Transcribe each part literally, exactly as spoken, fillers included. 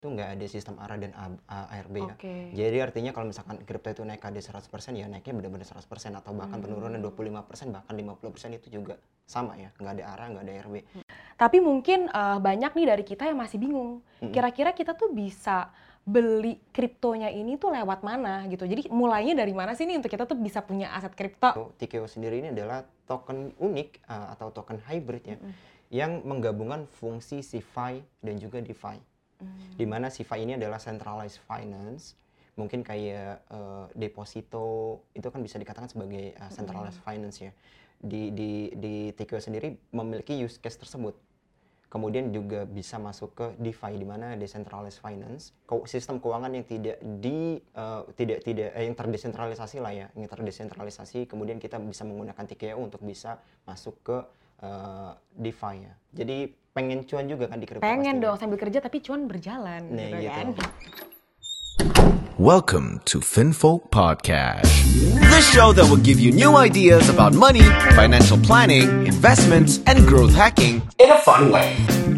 itu nggak ada sistem A R A dan A, A R B ya. Oke. Jadi artinya kalau misalkan kripto itu naik K D seratus persen ya naiknya benar-benar seratus persen atau bahkan Hmm. penurunan dua puluh lima persen bahkan lima puluh persen itu juga sama ya. Nggak ada A R A, nggak ada A R B. Tapi mungkin uh, banyak nih dari kita yang masih bingung. Mm-mm. Kira-kira kita tuh bisa beli kriptonya ini tuh lewat mana gitu. Jadi mulainya dari mana sih nih untuk kita tuh bisa punya aset kripto? T K O sendiri ini adalah token unik uh, atau token hybrid ya, Mm-mm. yang menggabungkan fungsi CeFi dan juga DeFi. Hmm. Di mana CeFi ini adalah centralized finance, mungkin kayak uh, deposito itu kan bisa dikatakan sebagai uh, centralized finance ya. Di di di T K O sendiri memiliki use case tersebut. Kemudian juga bisa masuk ke DeFi di mana decentralized finance, sistem keuangan yang tidak di uh, tidak tidak eh, yang terdesentralisasi lah ya, yang terdesentralisasi. Kemudian kita bisa menggunakan T K O untuk bisa masuk ke uh, DeFi ya. Jadi pengen cuan juga kan di kripto Pengen pastinya. dong sambil kerja tapi cuan berjalan Nah, gitu gitu. kan. Welcome to FinFolk Podcast, the show that will give you new ideas about money, financial planning, investments, and growth hacking in a fun way.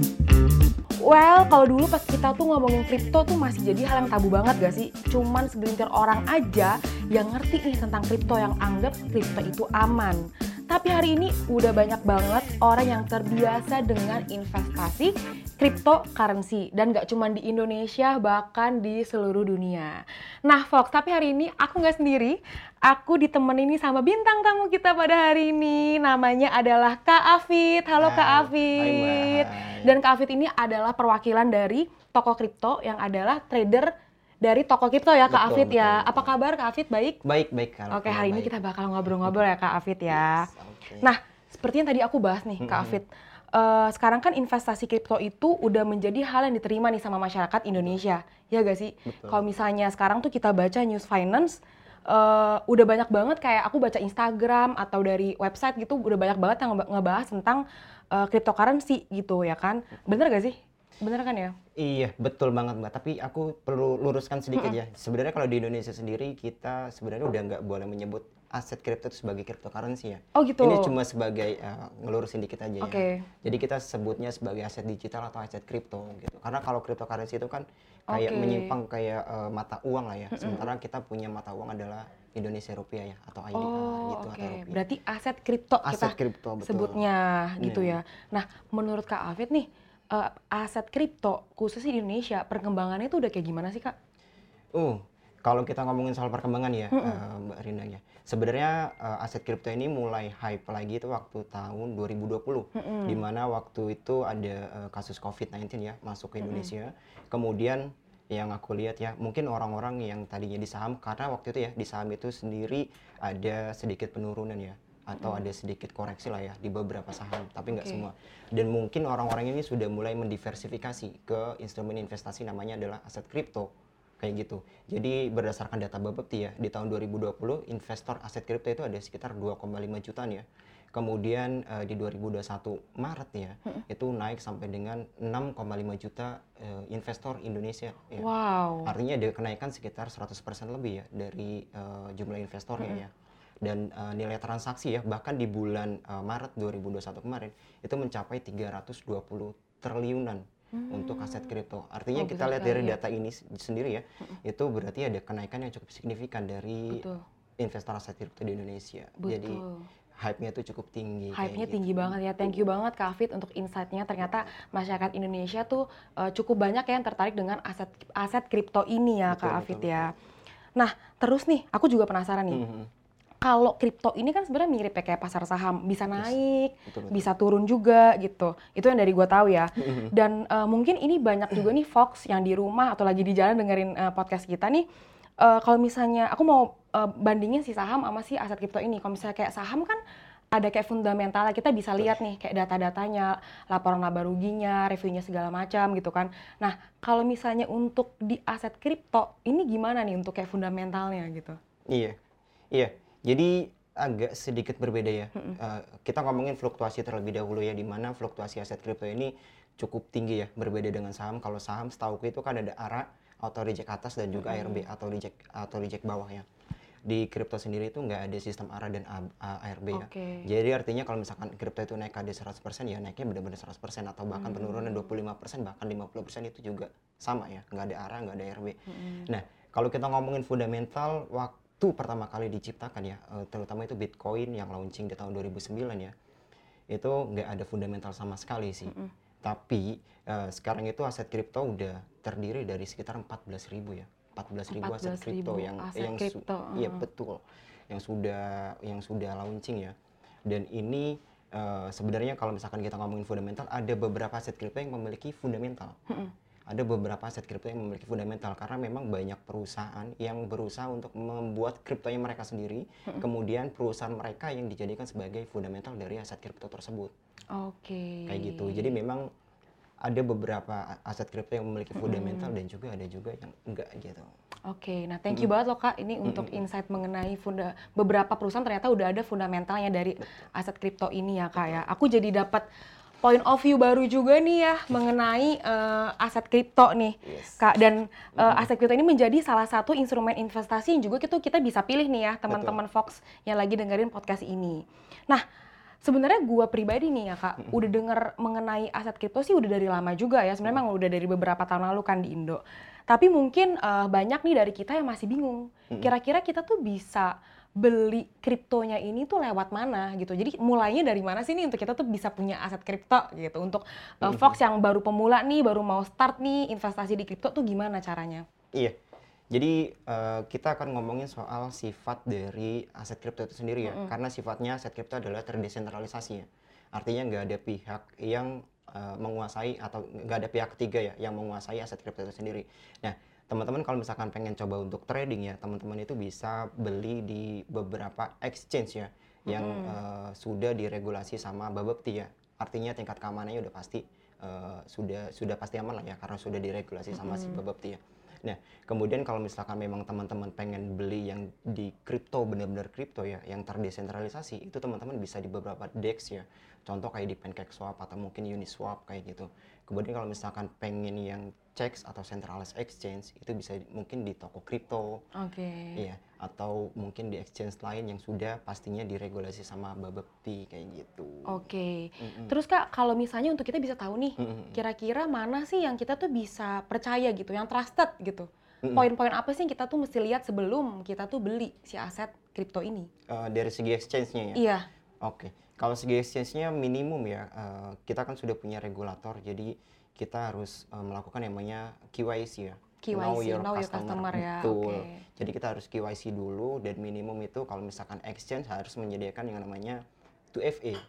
Well, kalau dulu pas kita tuh ngomongin kripto tuh masih jadi hal yang tabu banget gak sih? Cuman segelintir orang aja yang ngerti nih tentang kripto, yang anggap kripto itu aman. Tapi hari ini udah banyak banget orang yang terbiasa dengan investasi cryptocurrency. Dan gak cuma di Indonesia, bahkan di seluruh dunia. Nah Fox, tapi hari ini aku gak sendiri. Aku ditemenin nih sama bintang tamu kita pada hari ini. Namanya adalah Kak Afid. Halo Hai. Kak Afid. Hai, Mbak. Dan Kak Afid ini adalah perwakilan dari toko kripto yang adalah trader dari toko kripto ya Kak Betul, Afid ya. betul, Apa betul. kabar Kak Afid? Baik? Baik, baik kalau Oke, hari ini baik. kita bakal ngobrol-ngobrol ya Kak Afid ya. Yes, okay. Nah, seperti yang tadi aku bahas nih Kak Afid. Uh, sekarang kan investasi kripto itu udah menjadi hal yang diterima nih sama masyarakat Indonesia. Ya gak sih? Betul. Kalau misalnya sekarang tuh kita baca news finance, uh, udah banyak banget kayak aku baca Instagram atau dari website gitu, udah banyak banget yang ngeba- ngebahas tentang uh, cryptocurrency gitu ya kan. Bener gak sih? Bener kan ya? Iya, betul banget Mbak. Tapi aku perlu luruskan sedikit ya. Sebenarnya kalau di Indonesia sendiri kita sebenarnya udah nggak boleh menyebut aset kripto itu sebagai cryptocurrency ya. Oh gitu. Ini cuma sebagai uh, ngelurusin dikit aja Oke. ya. Jadi kita sebutnya sebagai aset digital atau aset kripto gitu. Karena kalau cryptocurrency itu kan kayak Oke. menyimpang kayak uh, mata uang lah ya. Sementara kita punya mata uang adalah Indonesia rupiah ya atau I D R Oh, gitu oke. atau rupiah. Berarti aset kripto Aset kita kripto, betul. sebutnya gitu Nah. ya. Nah, menurut Kak Afid nih, uh, aset kripto khususnya di Indonesia perkembangannya itu udah kayak gimana sih Kak? Uh, kalau kita ngomongin soal perkembangan ya, uh, Mbak Rina ya. Sebenarnya uh, aset kripto ini mulai hype lagi itu waktu tahun dua ribu dua puluh. Di mana waktu itu ada uh, kasus covid sembilan belas ya masuk ke Indonesia. Kemudian yang aku lihat ya, mungkin orang-orang yang tadinya di saham, karena waktu itu ya di saham itu sendiri ada sedikit penurunan ya, atau ada sedikit koreksi lah ya di beberapa saham, tapi nggak Oke. semua. Dan mungkin orang-orang ini sudah mulai mendiversifikasi ke instrumen investasi namanya adalah aset kripto. Kayak gitu. Jadi berdasarkan data Bapepti ya, di tahun dua ribu dua puluh investor aset kripto itu ada sekitar dua koma lima jutaan ya. Kemudian uh, di dua ribu dua puluh satu Maret ya, itu naik sampai dengan enam koma lima juta uh, investor Indonesia ya. Wow. Artinya ada kenaikan sekitar seratus persen lebih ya dari uh, jumlah investornya ya. Dan uh, nilai transaksi ya, bahkan di bulan uh, Maret dua ribu dua puluh satu kemarin itu mencapai tiga ratus dua puluh triliunan untuk aset kripto. Artinya Oh, kita besar lihat dari sekali ya. data ini s- sendiri ya, itu berarti ada kenaikan yang cukup signifikan dari Betul. investor aset kripto di Indonesia. Betul. Jadi hype-nya itu cukup tinggi. kayak Hype-nya gitu. tinggi banget ya. Thank you banget Kak Afid untuk insight-nya. Ternyata masyarakat Indonesia tuh uh, cukup banyak yang tertarik dengan aset aset kripto ini ya Betul, Kak betul, Afid betul. ya. Nah, terus nih aku juga penasaran nih. Mhm. Kalau kripto ini kan sebenarnya mirip ya kayak pasar saham, bisa naik, betul, betul. bisa turun juga gitu. Itu yang dari gua tahu ya. Dan uh, mungkin ini banyak juga nih Fox yang di rumah atau lagi di jalan dengerin uh, podcast kita nih. Uh, kalau misalnya aku mau uh, bandingin si saham sama si aset kripto ini. Kalau misalnya kayak saham kan ada kayak fundamentalnya, kita bisa lihat nih kayak data-datanya, laporan laba ruginya, reviewnya segala macam gitu kan. Nah, kalau misalnya untuk di aset kripto ini gimana nih untuk kayak fundamentalnya gitu? Iya, iya. Jadi agak sedikit berbeda ya. Uh, kita ngomongin fluktuasi terlebih dahulu ya, di mana fluktuasi aset kripto ini cukup tinggi ya, berbeda dengan saham. Kalau saham setahuku itu kan ada A R A atau reject atas dan juga A R B atau reject atau reject bawah ya. di kripto sendiri itu nggak ada sistem A R A dan A- A- ARB ya. Oke. Jadi artinya kalau misalkan kripto itu naik ada seratus persen ya naiknya benar-benar seratus persen atau bahkan penurunan dua puluh lima persen bahkan lima puluh persen itu juga sama ya, nggak ada A R A, nggak ada A R B. Nah, kalau kita ngomongin fundamental waktu pertama kali diciptakan ya, eh, terutama itu Bitcoin yang launching di tahun dua ribu sembilan ya, itu nggak ada fundamental sama sekali sih. Tapi eh, sekarang itu aset kripto udah terdiri dari sekitar empat belas ribu ya. empat belas ribu aset kripto yang aset yang su- kripto, iya uh-uh. betul, yang sudah yang sudah launching ya. Dan ini eh, sebenarnya kalau misalkan kita ngomongin fundamental, ada beberapa aset kripto yang memiliki fundamental. Ada beberapa aset kripto yang memiliki fundamental karena memang banyak perusahaan yang berusaha untuk membuat kriptonya mereka sendiri, kemudian perusahaan mereka yang dijadikan sebagai fundamental dari aset kripto tersebut. Oke. Kayak gitu. Jadi memang ada beberapa aset kripto yang memiliki fundamental dan juga ada juga yang enggak gitu. Oke, nah thank you banget loh Kak ini untuk insight mengenai funda beberapa perusahaan ternyata udah ada fundamentalnya dari aset kripto ini ya Kak ya. Aku jadi dapat point of view baru juga nih ya mengenai eh, aset kripto nih Yes. Kak, dan eh, aset kripto ini menjadi salah satu instrumen investasi yang juga kita kita bisa pilih nih ya teman-teman Fox yang lagi dengerin podcast ini. Nah, sebenarnya gua pribadi nih ya Kak, udah denger mengenai aset kripto sih udah dari lama juga ya. Sebenarnya memang udah dari beberapa tahun lalu kan di Indo. Tapi mungkin eh, banyak nih dari kita yang masih bingung. Kira-kira kita tuh bisa beli kriptonya ini tuh lewat mana gitu. Jadi mulainya dari mana sih nih untuk kita tuh bisa punya aset kripto gitu. Untuk eh, Fox yang baru pemula nih, baru mau start nih investasi di kripto tuh gimana caranya? Iya. Jadi eh, kita akan ngomongin soal sifat dari aset kripto itu sendiri ya. Karena sifatnya aset kripto adalah terdesentralisasi ya. Artinya nggak ada pihak yang eh, menguasai atau nggak ada pihak ketiga ya yang menguasai aset kripto itu sendiri. Nah, teman-teman kalau misalkan pengen coba untuk trading ya, teman-teman itu bisa beli di beberapa exchange ya yang eh, sudah diregulasi sama Bapepti ya. Artinya tingkat keamanannya udah pasti eh, sudah sudah pasti aman lah ya karena sudah diregulasi sama si Bapepti ya. Nah, kemudian kalau misalkan memang teman-teman pengen beli yang di kripto, benar-benar kripto ya, yang terdesentralisasi, itu teman-teman bisa di beberapa D E X ya. Contoh kayak di PancakeSwap atau mungkin Uniswap kayak gitu. Kemudian kalau misalkan pengen yang C E X atau Centralized Exchange, itu bisa di- mungkin di toko kripto. Oke. Iya, atau mungkin di exchange lain yang sudah pastinya diregulasi sama Bapepti kayak gitu. Oke. Terus Kak, kalau misalnya untuk kita bisa tahu nih, kira-kira mana sih yang kita tuh bisa percaya gitu, yang trusted gitu. Poin-poin apa sih yang kita tuh mesti lihat sebelum kita tuh beli si aset kripto ini? Eh, dari segi exchange-nya ya. Iya. Oke, kalau segi exchange-nya minimum ya, eh, kita kan sudah punya regulator, jadi kita harus eh, melakukan yang namanya K Y C ya. K Y C, know your customer ya, Betul. oke. Jadi kita harus K Y C dulu dan minimum itu kalau misalkan exchange harus menyediakan yang namanya two F A.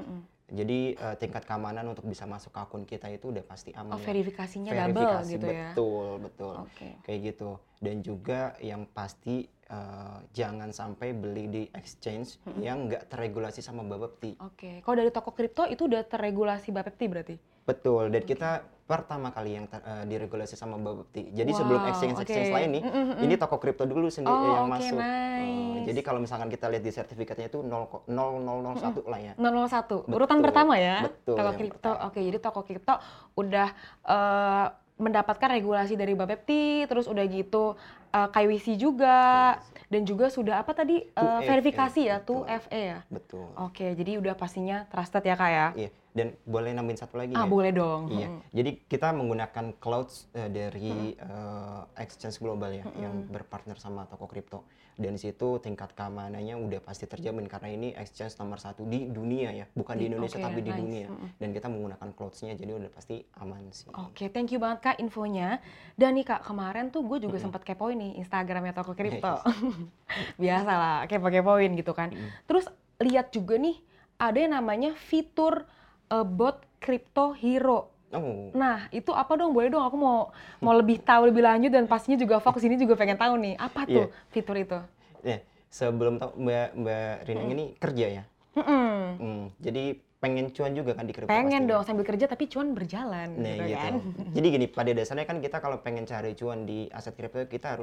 Jadi eh, tingkat keamanan untuk bisa masuk ke akun kita itu udah pasti aman. Oh, ya. verifikasinya double Verifikasi, gitu ya? Betul, betul. Oke. Kayak gitu. Dan juga yang pasti eh, jangan sampai beli di exchange yang nggak terregulasi sama Bapepti. Oke. Kalau dari toko kripto itu udah terregulasi Bapepti berarti? Betul, dan kita pertama kali yang ter- eh, diregulasi sama Bapepti. Jadi sebelum Wow, exchange-exchange oke. lain nih, ini toko kripto dulu sendiri Oh, yang oke, masuk. Eh, nice. jadi kalau misalkan kita lihat di sertifikatnya itu nol nol nol nol satu lah ya. nol nol satu, Betul, urutan pertama ya? betul, Toko yang kripto. pertama. Oke, jadi toko kripto udah eh, mendapatkan regulasi dari Bapepti, terus udah gitu eh, K Y C juga, dan juga sudah apa tadi eh, two F A, verifikasi ya, betul. two F A ya? Betul. Oke, jadi udah pastinya trusted ya Kak ya? Iya, dan boleh nambahin satu lagi Ah, ya? boleh dong. Iya, jadi kita menggunakan clouds eh, dari eh, exchange global ya, yang berpartner sama toko kripto. Dan di situ tingkat keamanannya udah pasti terjamin karena ini exchange nomor satu di dunia ya, bukan di Di- Indonesia oke, tapi di nice. dunia. Dan kita menggunakan cloudsnya, jadi udah pasti aman sih. Oke, thank you banget Kak infonya. Dan nih Kak, kemarin tuh gue juga sempat kepoin nih Instagramnya toko kripto. Biasalah, kepo-kepoin gitu kan. Terus lihat juga nih, ada yang namanya fitur eh, bot Crypto Hero. Oh, Nah, itu apa dong? Boleh dong, aku mau mau lebih tahu lebih lanjut dan pastinya juga Fox ini juga pengen tahu nih, apa tuh Iya. fitur itu? ya sebelum tahu Mbak Mbak Rina ini kerja ya. Mm-mm. Hmm, jadi pengen cuan juga kan di kripto Pengen pastinya. dong sambil kerja tapi cuan berjalan Nah gitu gitu. kan. Jadi gini, pada dasarnya kan kita kalau pengen cari cuan di aset kripto kita harus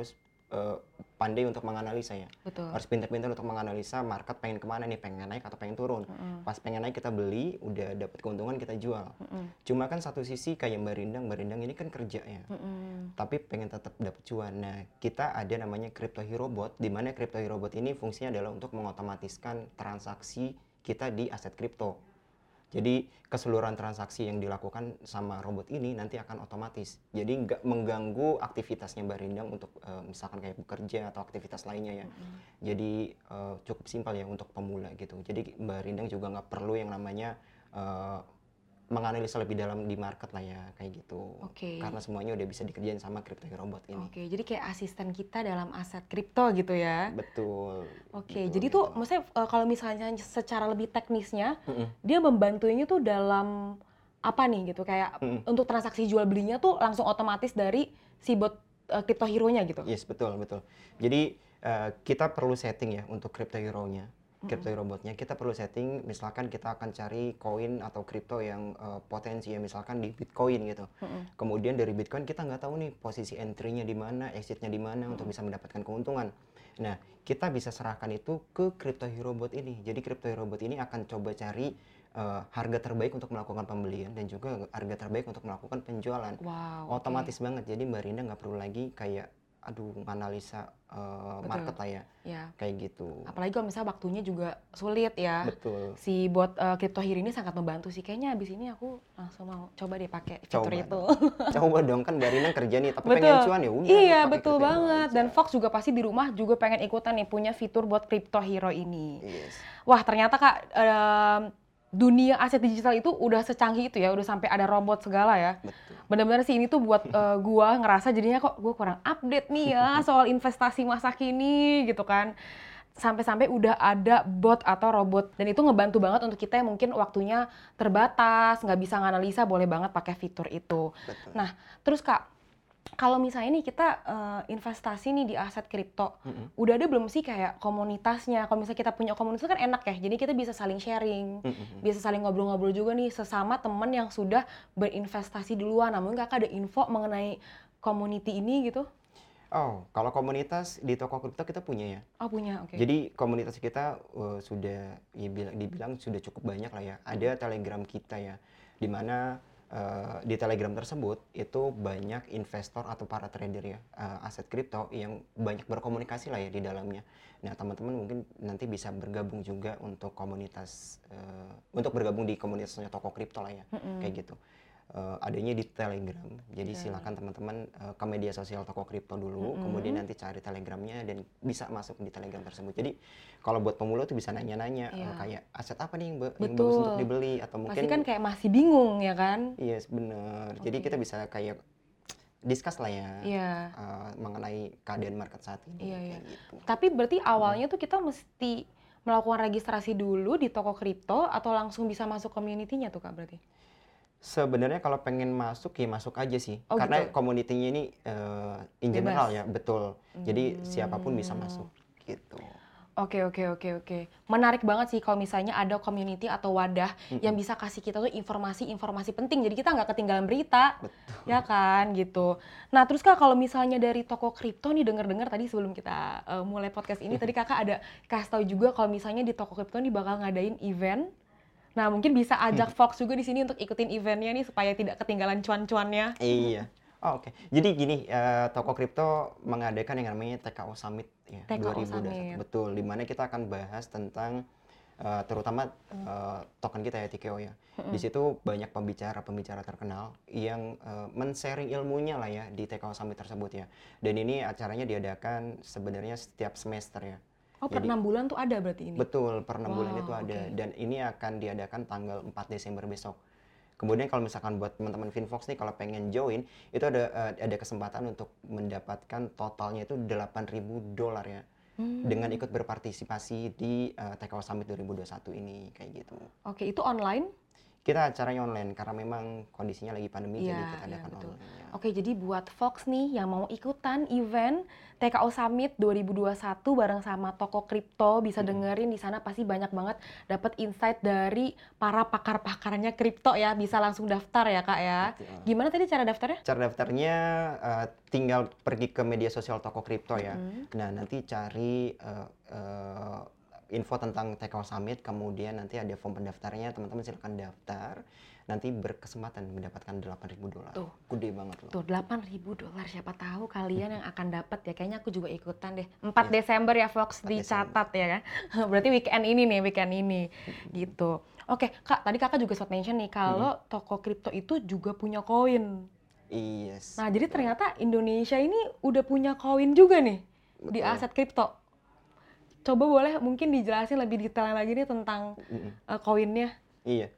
uh, pandai untuk menganalisa ya. Betul. Harus pintar-pintar untuk menganalisa market pengen kemana nih, pengen naik atau pengen turun. Mm-hmm. Pas pengen naik kita beli, udah dapat keuntungan kita jual. Mm-hmm. Cuma kan satu sisi kayak Mbak Rindang, Mbak Rindang ini kan kerja ya, mm-hmm. tapi pengen tetap dapat cuan. Nah kita ada namanya Crypto Hero Bot, di mana Crypto Hero Bot ini fungsinya adalah untuk mengotomatiskan transaksi kita di aset kripto. Jadi keseluruhan transaksi yang dilakukan sama robot ini nanti akan otomatis. Jadi nggak mengganggu aktivitasnya Mbak Rindang untuk uh, misalkan kayak bekerja atau aktivitas lainnya ya. Mm-hmm. Jadi uh, cukup simpel ya untuk pemula gitu. Jadi Mbak Rindang juga nggak perlu yang namanya uh, menganalisa lebih dalam di market lah ya kayak gitu. Okay. Karena semuanya udah bisa dikerjain sama Crypto Hero Bot ini. Oke, okay, jadi kayak asisten kita dalam aset kripto gitu ya. Betul. Oke, okay, betul, jadi gitu. tuh maksudnya uh, kalau misalnya secara lebih teknisnya, mm-mm. dia membantunya tuh dalam apa nih gitu kayak mm-mm. untuk transaksi jual belinya tuh langsung otomatis dari si bot uh, Crypto Hero-nya gitu. Yes, betul, betul. Jadi uh, kita perlu setting ya untuk Crypto Hero-nya. Crypto Hero Bot-nya kita perlu setting, misalkan kita akan cari koin atau kripto yang uh, potensi ya, misalkan di Bitcoin gitu. Mm-hmm. Kemudian dari Bitcoin kita nggak tahu nih posisi entry-nya di mana, exit-nya di mana mm-hmm. untuk bisa mendapatkan keuntungan. Nah, kita bisa serahkan itu ke Crypto Hero Bot ini. Jadi Crypto Hero Bot ini akan coba cari uh, harga terbaik untuk melakukan pembelian dan juga harga terbaik untuk melakukan penjualan. Wow, otomatis okay. banget. Jadi Mbak Rinda nggak perlu lagi kayak aduh menganalisa uh, market lah ya. ya, kayak gitu. Apalagi kalau misalnya waktunya juga sulit ya. Betul. Si bot uh, Crypto Hero ini sangat membantu sih. Kayaknya abis ini aku langsung mau coba deh pakai fitur coba itu. Coba dong, kan Mbak Rina kerja nih, tapi betul. pengen cuan ya udah. Iya betul banget. Dan Fox juga pasti di rumah juga pengen ikutan nih punya fitur buat Crypto Hero ini. Yes. Wah ternyata Kak. Um, dunia aset digital itu udah secanggih itu ya, udah sampai ada robot segala ya. Betul. Benar-benar sih ini tuh buat uh, gua ngerasa jadinya kok gua kurang update nih ya soal investasi masa kini gitu kan. Sampai-sampai udah ada bot atau robot dan itu ngebantu banget untuk kita yang mungkin waktunya terbatas, nggak bisa nganalisa, boleh banget pakai fitur itu. Betul. Nah, terus Kak, kalau misalnya nih kita uh, investasi nih di aset kripto, mm-hmm. udah ada belum sih kayak komunitasnya? Kalau misalnya kita punya komunitas kan enak ya, jadi kita bisa saling sharing, mm-hmm. bisa saling ngobrol-ngobrol juga nih sesama teman yang sudah berinvestasi duluan. Namun Kakak ada info mengenai community ini gitu? Oh, kalau komunitas di toko kripto kita punya ya. Oh punya, oke. Okay. Jadi komunitas kita uh, sudah ya, dibilang sudah cukup banyak lah ya. Ada Telegram kita ya, di mana Uh, di Telegram tersebut itu banyak investor atau para trader ya uh, aset kripto yang banyak berkomunikasi lah ya di dalamnya. Nah teman-teman mungkin nanti bisa bergabung juga untuk komunitas uh, untuk bergabung di komunitasnya toko kripto lah ya, mm-hmm. kayak gitu. Uh, adanya di Telegram, jadi okay. silakan teman-teman uh, ke media sosial toko kripto dulu, mm-hmm. kemudian nanti cari Telegramnya dan bisa masuk di Telegram tersebut. Jadi kalau buat pemula tuh bisa nanya-nanya yeah. uh, kayak aset apa nih yang, be- yang bagus untuk dibeli atau mungkin pasti kan kayak masih bingung ya kan? Iya yes, benar. Okay. Jadi kita bisa kayak discuss lah ya yeah. uh, mengenai keadaan market saat ini. Yeah, yeah. Gitu. Tapi berarti awalnya hmm. tuh kita mesti melakukan registrasi dulu di toko kripto atau langsung bisa masuk community-nya tuh Kak berarti? Sebenarnya kalau pengen masuk ya masuk aja sih, oh, karena gitu? Komunitinya ini uh, in general ya, betul. Jadi hmm. siapapun bisa masuk gitu. Oke oke oke oke. Menarik banget sih kalau misalnya ada community atau wadah mm-hmm. yang bisa kasih kita tuh informasi-informasi penting. Jadi kita nggak ketinggalan berita, betul. Ya kan gitu. Nah terus Kak kalau misalnya dari toko kripto nih dengar-dengar tadi sebelum kita uh, mulai podcast ini tadi Kakak ada kasih tahu juga kalau misalnya di toko kripto nih bakal ngadain event. Nah mungkin bisa ajak Fox juga di sini untuk ikutin eventnya nih supaya tidak ketinggalan cuan-cuannya. Iya. Oh, oke. Okay. Jadi gini, uh, toko kripto mengadakan yang namanya T K O Summit ya, T K O dua ribu dua puluh satu. Summit. Betul, di mana kita akan bahas tentang uh, terutama uh, token kita ya T K O ya. Hmm. Di situ banyak pembicara-pembicara terkenal yang uh, men-sharing ilmunya lah ya di T K O Summit tersebut ya. Dan ini acaranya diadakan sebenarnya setiap semester ya. Oh, per enam bulan tuh ada berarti ini? Betul, per enam wow, bulan itu ada. Okay. Dan ini akan diadakan tanggal empat Desember besok. Kemudian kalau misalkan buat teman-teman Finfox nih kalau pengen join, itu ada uh, ada kesempatan untuk mendapatkan totalnya itu delapan ribu dolar ya. Hmm. Dengan ikut berpartisipasi di uh, T K O Summit dua ribu dua puluh satu ini, kayak gitu. Oke, itu online? Kita acaranya online karena memang kondisinya lagi pandemi, Iya, jadi kita iya, adakan betul. online. Ya. Oke, jadi buat Fox nih yang mau ikutan event T K O Summit dua ribu dua puluh satu bareng sama Toko Kripto, bisa dengerin di sana pasti banyak banget dapat insight dari para pakar-pakarnya kripto ya. Bisa langsung daftar ya, Kak ya. Betul. Gimana tadi cara daftarnya? Cara daftarnya uh, tinggal pergi ke media sosial Toko Kripto ya. Mm-hmm. Nah, nanti cari uh, uh, info tentang T K O Summit, kemudian nanti ada form pendaftarnya, teman-teman silakan daftar. Nanti berkesempatan mendapatkan delapan ribu dolar. Tuh. Gede banget loh. Tuh delapan ribu dolar, siapa tahu kalian yang akan dapat ya. Kayaknya aku juga ikutan deh. empat Desember ya Fox, dicatat ya kan. Berarti weekend ini nih, weekend ini. Gitu. Oke, Kak, tadi Kakak juga sempat mention nih kalau hmm. Toko Kripto itu juga punya koin. Yes. Nah, jadi ternyata Indonesia ini udah punya koin juga nih. Betul. Di aset kripto. Coba boleh mungkin dijelasin lebih detail lagi nih tentang uh, koinnya. Iya.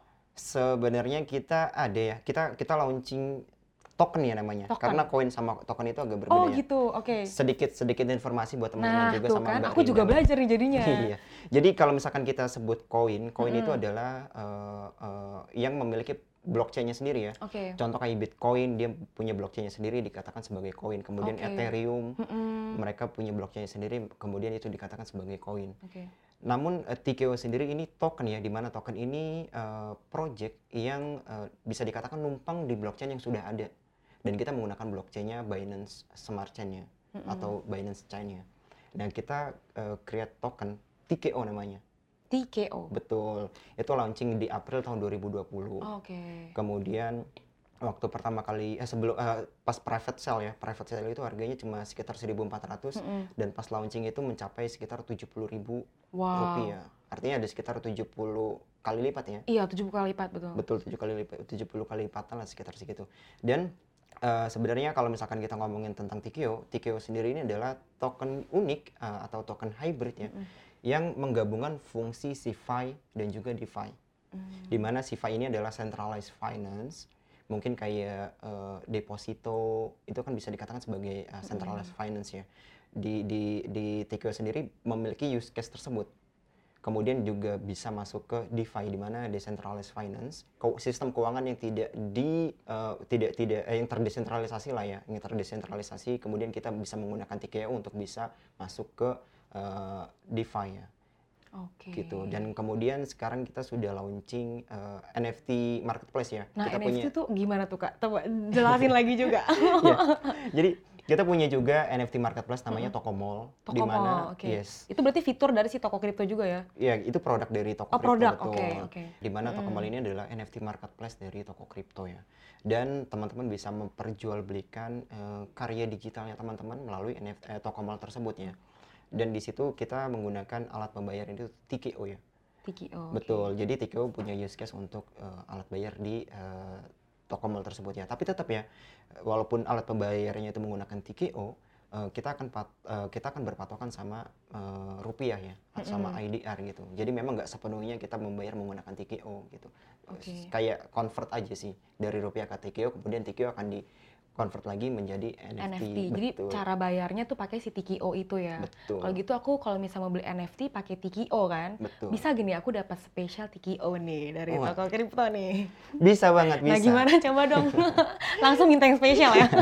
Sebenarnya kita ada ya, kita kita launching token ya namanya. Token. Karena koin sama token itu agak berbeda. Oh ya. gitu, oke. Okay. Sedikit sedikit informasi buat teman-teman nah, juga tuh sama kan, Mbak aku Rinda. juga belajar nih jadinya. Iya. Jadi kalau misalkan kita sebut koin, koin mm-hmm. itu adalah uh, uh, yang memiliki blockchain-nya sendiri ya. Okay. Contoh kayak Bitcoin, dia punya blockchain-nya sendiri dikatakan sebagai koin. Kemudian okay. Ethereum, mm-hmm. mereka punya blockchain-nya sendiri, kemudian itu dikatakan sebagai koin. Okay. Namun uh, T K O sendiri ini token ya, di mana token ini uh, project yang uh, bisa dikatakan numpang di blockchain yang sudah ada. Dan kita menggunakan blockchain-nya Binance Smart Chain-nya mm-hmm. atau Binance Chain-nya. Dan kita uh, create token T K O namanya. T K O. Betul. Itu launching di April tahun dua ribu dua puluh. Oh, Oke. Okay. Kemudian waktu pertama kali eh sebelum uh, pas private sale ya, private sale itu harganya cuma sekitar seribu empat ratus mm-hmm. dan pas launching itu mencapai sekitar tujuh puluh ribu wow. rupiah. Artinya ada sekitar tujuh puluh kali lipat ya. Iya, tujuh puluh kali lipat betul. Betul, tujuh kali lipat, tujuh puluh kali lipatan lah sekitar segitu. Dan uh, sebenarnya kalau misalkan kita ngomongin tentang T K O, T K O sendiri ini adalah token unik uh, atau token hybrid ya. Mm-hmm. yang menggabungkan fungsi C F I dan juga DeFi. Mm. Di mana C F I ini adalah centralized finance, mungkin kayak uh, deposito, itu kan bisa dikatakan sebagai uh, centralized mm. finance ya. Di di di T K O sendiri memiliki use case tersebut. Kemudian juga bisa masuk ke DeFi, di mana decentralized finance, sistem keuangan yang tidak di uh, tidak tidak eh, yang terdesentralisasi lah ya, yang terdesentralisasi. Kemudian kita bisa menggunakan T K O untuk bisa masuk ke Uh, DeFi ya, okay. gitu. Dan kemudian sekarang kita sudah launching uh, N F T marketplace ya. Nah, kita N F T punya... tuh gimana tuh Kak? Coba jelasin lagi juga. ya. Jadi kita punya juga N F T marketplace namanya mm-hmm. Tokomall. Tokomall, oke. Okay. Yes. Itu berarti fitur dari si Toko Kripto juga ya? Iya, itu produk dari Toko oh, Kripto. produk, oke. Okay, okay. Di mana mm. Tokomall ini adalah N F T marketplace dari Toko Kripto ya. Dan teman-teman bisa memperjualbelikan uh, karya digitalnya teman-teman melalui N F T eh, Tokomall tersebut ya. Dan di situ kita menggunakan alat pembayaran itu T K O ya. T K O. Betul. Okay. Jadi T K O punya use case untuk uh, alat bayar di uh, Tokomall tersebut ya. Tapi tetap ya, walaupun alat pembayarannya itu menggunakan T K O, uh, kita akan pat, uh, kita akan berpatokan sama uh, rupiah ya, mm-hmm. sama I D R gitu. Jadi memang nggak sepenuhnya kita membayar menggunakan T K O gitu. Okay. Kayak convert aja sih dari rupiah ke T K O, kemudian T K O akan di convert lagi menjadi N F T. N F T. Jadi betul. Cara bayarnya tuh pakai si T K O itu ya. Betul. Kalau gitu aku kalau misalnya mau beli N F T pakai T K O kan. Betul. Bisa gini aku dapat spesial T K O nih dari oh. Toko Kripto nih. Bisa banget, bisa. Nah gimana coba dong. Langsung minta yang spesial ya.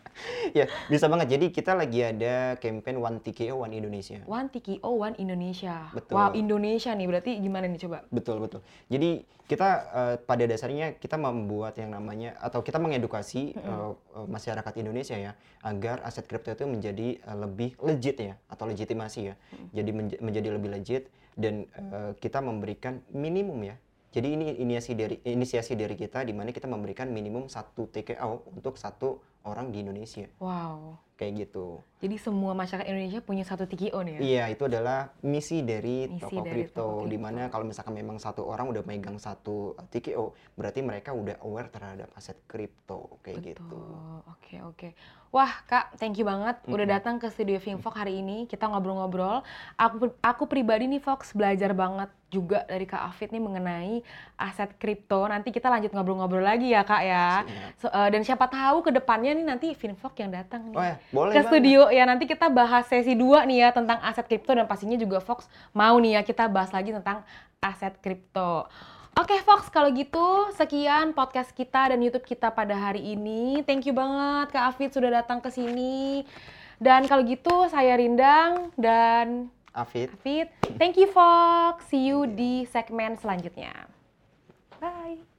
Ya, bisa banget. Jadi kita lagi ada campaign One T K O One Indonesia. One T K O One Indonesia. Betul. Wow, Indonesia nih. Berarti gimana nih coba? Betul, betul. Jadi kita uh, pada dasarnya kita membuat yang namanya atau kita mengedukasi mm-hmm. uh, masyarakat Indonesia ya agar aset kripto itu menjadi uh, lebih legit ya atau legitimasi ya. Mm-hmm. Jadi menj- menjadi lebih legit dan uh, kita memberikan minimum ya. Jadi ini inisiasi dari inisiasi dari kita di mana kita memberikan minimum satu T K O untuk satu orang di Indonesia. Wow. Kayak gitu. Jadi semua masyarakat Indonesia punya satu T K O nih ya? Iya, itu adalah misi dari misi Toko dari Kripto. Di mana kalau misalkan memang satu orang udah megang satu T K O, berarti mereka udah aware terhadap aset kripto kayak Betul. gitu. Oke, oke. Wah, Kak, thank you banget udah datang ke studio Finfox hari ini. Kita ngobrol-ngobrol. Aku aku pribadi nih Fox belajar banget juga dari Kak Afid nih mengenai aset kripto. Nanti kita lanjut ngobrol-ngobrol lagi ya, Kak ya. So, uh, dan siapa tahu ke depannya nih nanti Finfox yang datang nih. Oh ya, boleh ke banget. Studio ya, nanti kita bahas sesi dua nih ya tentang aset kripto dan pastinya juga Fox mau nih ya kita bahas lagi tentang aset kripto. Oke Fox, kalau gitu sekian podcast kita dan YouTube kita pada hari ini. Thank you banget Kak Afid sudah datang ke sini. Dan kalau gitu saya Rindang dan Afid. Afid. Thank you Fox. See you di segmen selanjutnya. Bye.